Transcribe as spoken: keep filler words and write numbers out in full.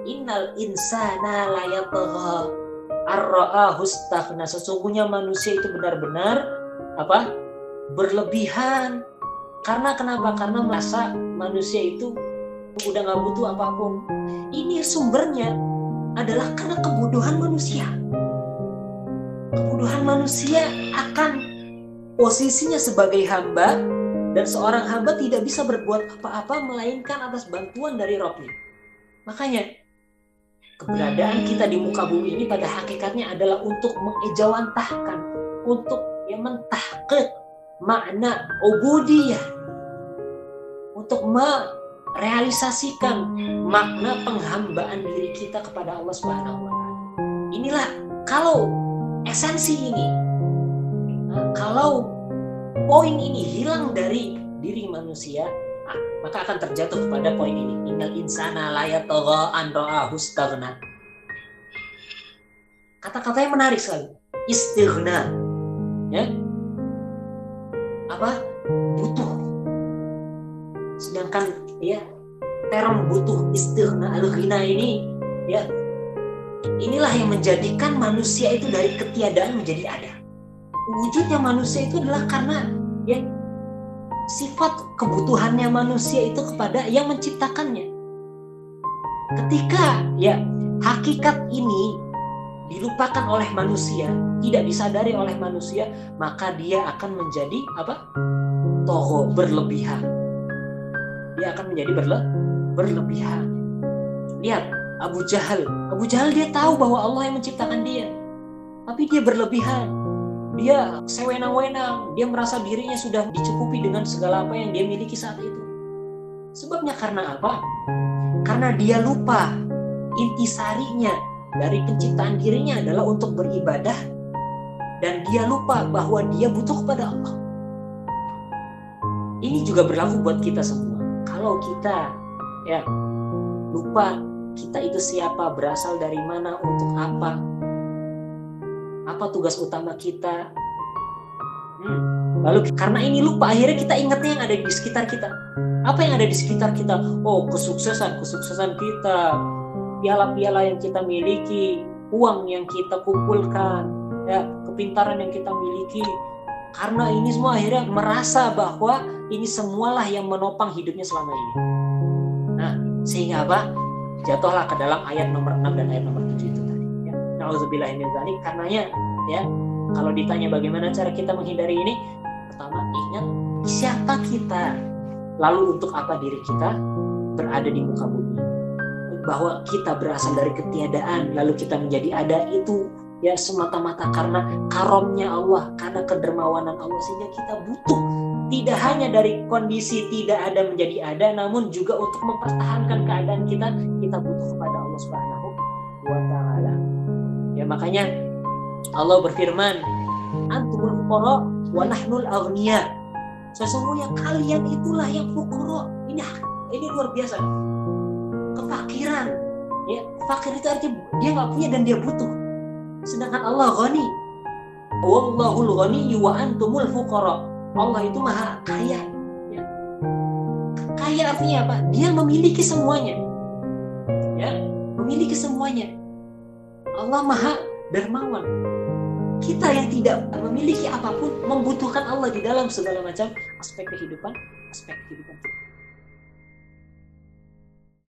Innal insana layatgha ar-ra'ahu istaghna. Sesungguhnya manusia itu benar-benar apa? Berlebihan. Karena kenapa? Karena merasa manusia itu udah gak butuh apapun. Ini sumbernya adalah karena kebodohan manusia. Kebodohan manusia akan posisinya sebagai hamba, dan seorang hamba tidak bisa berbuat apa-apa melainkan atas bantuan dari Rabb-Nya. Makanya keberadaan kita di muka bumi ini pada hakikatnya adalah untuk mengejawantahkan, untuk ya mentahqiq makna ubudiyah, untuk merealisasikan makna penghambaan diri kita kepada Allah Subhanahu wa taala. Inilah kalau esensi ini, nah, kalau poin ini hilang dari diri manusia, nah, maka akan terjatuh kepada poin ini. Innal insana layatgha an ra'ahu istaghna. Kata-katanya menarik sekali. Istighna. Ya. Apa? Butuh. Sedangkan ya term butuh istighna al-ghina ini ya inilah yang menjadikan manusia itu dari ketiadaan menjadi ada. Wujudnya manusia itu adalah karena ya sifat kebutuhannya manusia itu kepada yang menciptakannya. Ketika ya hakikat ini dilupakan oleh manusia, tidak disadari oleh manusia, maka dia akan menjadi apa? Togho, berlebihan. Dia akan menjadi berle, berlebihan. Lihat Abu Jahal. Abu Jahal dia tahu bahwa Allah yang menciptakan dia, tapi dia berlebihan. Dia sewenang-wenang. Dia merasa dirinya sudah dicukupi dengan segala apa yang dia miliki saat itu. Sebabnya karena apa? Karena dia lupa intisarinya dari penciptaan dirinya adalah untuk beribadah, dan dia lupa bahwa dia butuh kepada Allah. Ini juga berlaku buat kita semua. Kalau kita ya lupa kita itu siapa, berasal dari mana, untuk apa, apa tugas utama kita, hmm. lalu karena ini lupa, akhirnya kita ingatnya yang ada di sekitar kita. Apa yang ada di sekitar kita? Oh, kesuksesan, kesuksesan kita, piala-piala yang kita miliki, uang yang kita kumpulkan, ya, kepintaran yang kita miliki. Karena ini semua akhirnya merasa bahwa ini semualah yang menopang hidupnya selama ini. Nah, sehingga apa? Jatuhlah ke dalam ayat nomor enam dan ayat nomor tujuh itu tadi. Ya. Nauzubillahi min dzalik. Karenanya, ya, kalau ditanya bagaimana cara kita menghindari ini, pertama ingat siapa kita, lalu untuk apa diri kita berada di muka bumi. Bahwa kita berasal dari ketiadaan, lalu kita menjadi ada, itu ya semata-mata karena karomnya Allah, karena kedermawanan Allah, sehingga kita butuh tidak hanya dari kondisi tidak ada menjadi ada, namun juga untuk mempertahankan keadaan kita, kita butuh kepada Allah Subhanahu wa taala. Ya, makanya Allah berfirman, antumul fuqara wa nahnul aghniya. Sesungguhnya kalian itulah yang fuqara. Ini ini luar biasa. Kefakiran. Ya, fakir itu artinya dia nggak punya dan dia butuh. Sedangkan Allah ghani. Wallahul ghani wa antumul fuqara. Allah itu maha kaya. Ya. Kaya artinya apa? Dia memiliki semuanya. Ya, memiliki semuanya. Allah maha dermawan. Kita yang tidak memiliki apapun membutuhkan Allah di dalam segala macam aspek kehidupan, aspek kehidupan kita.